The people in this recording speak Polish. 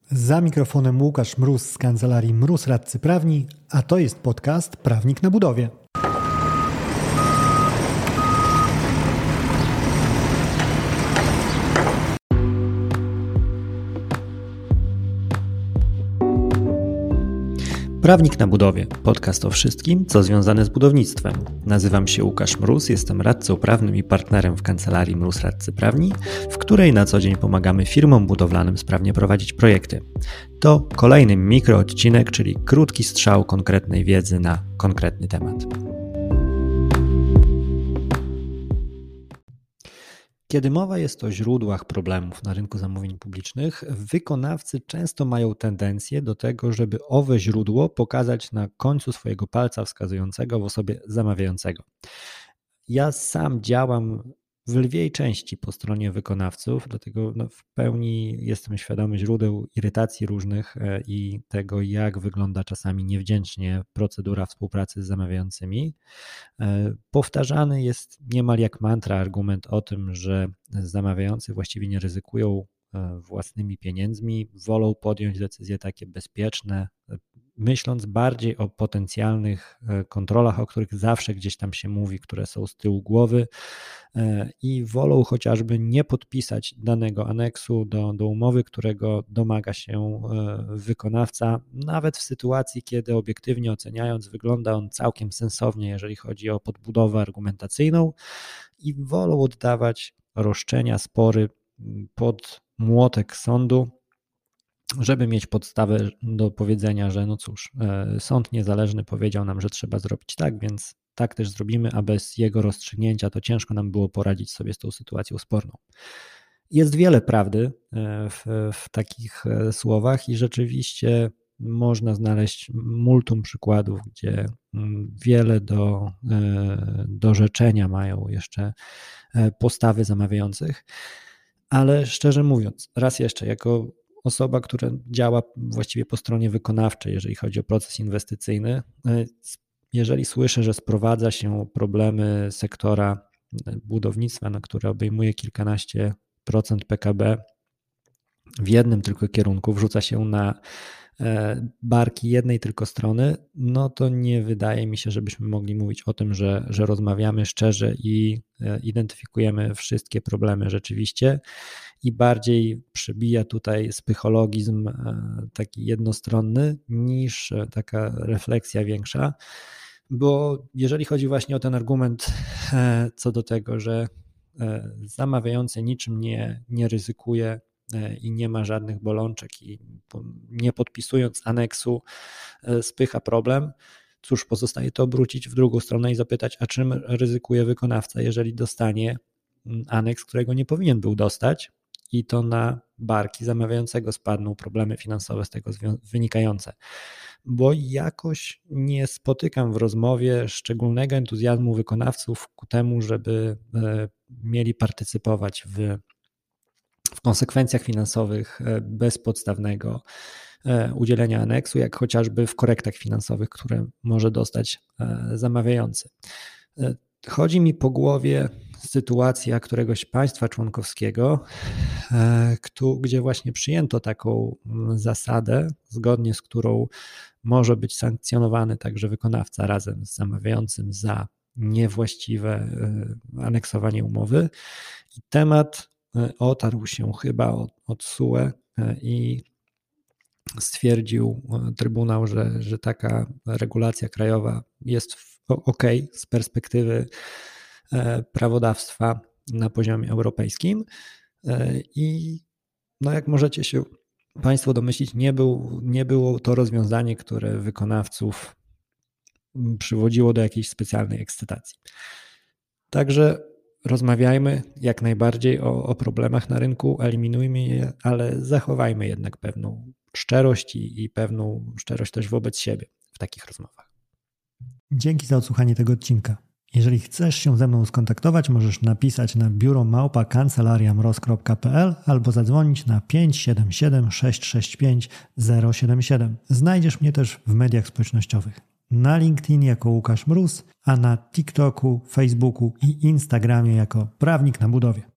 Za mikrofonem Łukasz Mróz z kancelarii Mróz Radcy Prawni, a to jest podcast Prawnik na budowie. Prawnik na budowie, podcast o wszystkim, co związane z budownictwem. Nazywam się Łukasz Mróz, jestem radcą prawnym i partnerem w kancelarii Mróz Radcy Prawni, w której na co dzień pomagamy firmom budowlanym sprawnie prowadzić projekty. To kolejny mikroodcinek, czyli krótki strzał konkretnej wiedzy na konkretny temat. Kiedy mowa jest o źródłach problemów na rynku zamówień publicznych, wykonawcy często mają tendencję do tego, żeby owe źródło pokazać na końcu swojego palca wskazującego w osobie zamawiającego. Ja sam działam w lwiej części po stronie wykonawców, dlatego w pełni jestem świadomy źródeł irytacji różnych i tego, jak wygląda czasami niewdzięcznie procedura współpracy z zamawiającymi. Powtarzany jest niemal jak mantra argument o tym, że zamawiający właściwie nie ryzykują własnymi pieniędzmi, wolą podjąć decyzje takie bezpieczne, myśląc bardziej o potencjalnych kontrolach, o których zawsze gdzieś tam się mówi, które są z tyłu głowy i wolą chociażby nie podpisać danego aneksu do umowy, którego domaga się wykonawca, nawet w sytuacji, kiedy obiektywnie oceniając wygląda on całkiem sensownie, jeżeli chodzi o podbudowę argumentacyjną i wolą oddawać roszczenia, spory pod młotek sądu, żeby mieć podstawę do powiedzenia, że no cóż, sąd niezależny powiedział nam, że trzeba zrobić tak, więc tak też zrobimy, a bez jego rozstrzygnięcia to ciężko nam było poradzić sobie z tą sytuacją sporną. Jest wiele prawdy w takich słowach i rzeczywiście można znaleźć multum przykładów, gdzie wiele do rzeczenia mają jeszcze postawy zamawiających, ale szczerze mówiąc, raz jeszcze, jako osoba, która działa właściwie po stronie wykonawczej, jeżeli chodzi o proces inwestycyjny, jeżeli słyszę, że sprowadza się problemy sektora budownictwa, które obejmuje kilkanaście procent PKB w jednym tylko kierunku, wrzuca się na barki jednej tylko strony, no to nie wydaje mi się, żebyśmy mogli mówić o tym, że rozmawiamy szczerze i identyfikujemy wszystkie problemy rzeczywiście i bardziej przebija tutaj spychologizm taki jednostronny niż taka refleksja większa, bo jeżeli chodzi właśnie o ten argument co do tego, że zamawiający niczym nie ryzykuje i nie ma żadnych bolączek i nie podpisując aneksu spycha problem, cóż, pozostaje to obrócić w drugą stronę i zapytać, a czym ryzykuje wykonawca, jeżeli dostanie aneks, którego nie powinien był dostać i to na barki zamawiającego spadną problemy finansowe z tego wynikające. Bo jakoś nie spotykam w rozmowie szczególnego entuzjazmu wykonawców ku temu, żeby mieli partycypować w konsekwencjach finansowych bezpodstawnego udzielenia aneksu, jak chociażby w korektach finansowych, które może dostać zamawiający. Chodzi mi po głowie sytuacja któregoś państwa członkowskiego, gdzie właśnie przyjęto taką zasadę, zgodnie z którą może być sankcjonowany także wykonawca razem z zamawiającym za niewłaściwe aneksowanie umowy i temat otarł się chyba od TSUE i stwierdził Trybunał, że taka regulacja krajowa jest ok z perspektywy prawodawstwa na poziomie europejskim i jak możecie się Państwo domyślić, nie było to rozwiązanie, które wykonawców przywodziło do jakiejś specjalnej ekscytacji. Także rozmawiajmy jak najbardziej o problemach na rynku, eliminujmy je, ale zachowajmy jednak pewną szczerość i pewną szczerość też wobec siebie w takich rozmowach. Dzięki za odsłuchanie tego odcinka. Jeżeli chcesz się ze mną skontaktować, możesz napisać na biuro@kancelariamroz.pl albo zadzwonić na 577 665 077. Znajdziesz mnie też w mediach społecznościowych. Na LinkedIn jako Łukasz Mróz, a na TikToku, Facebooku i Instagramie jako Prawnik na budowie.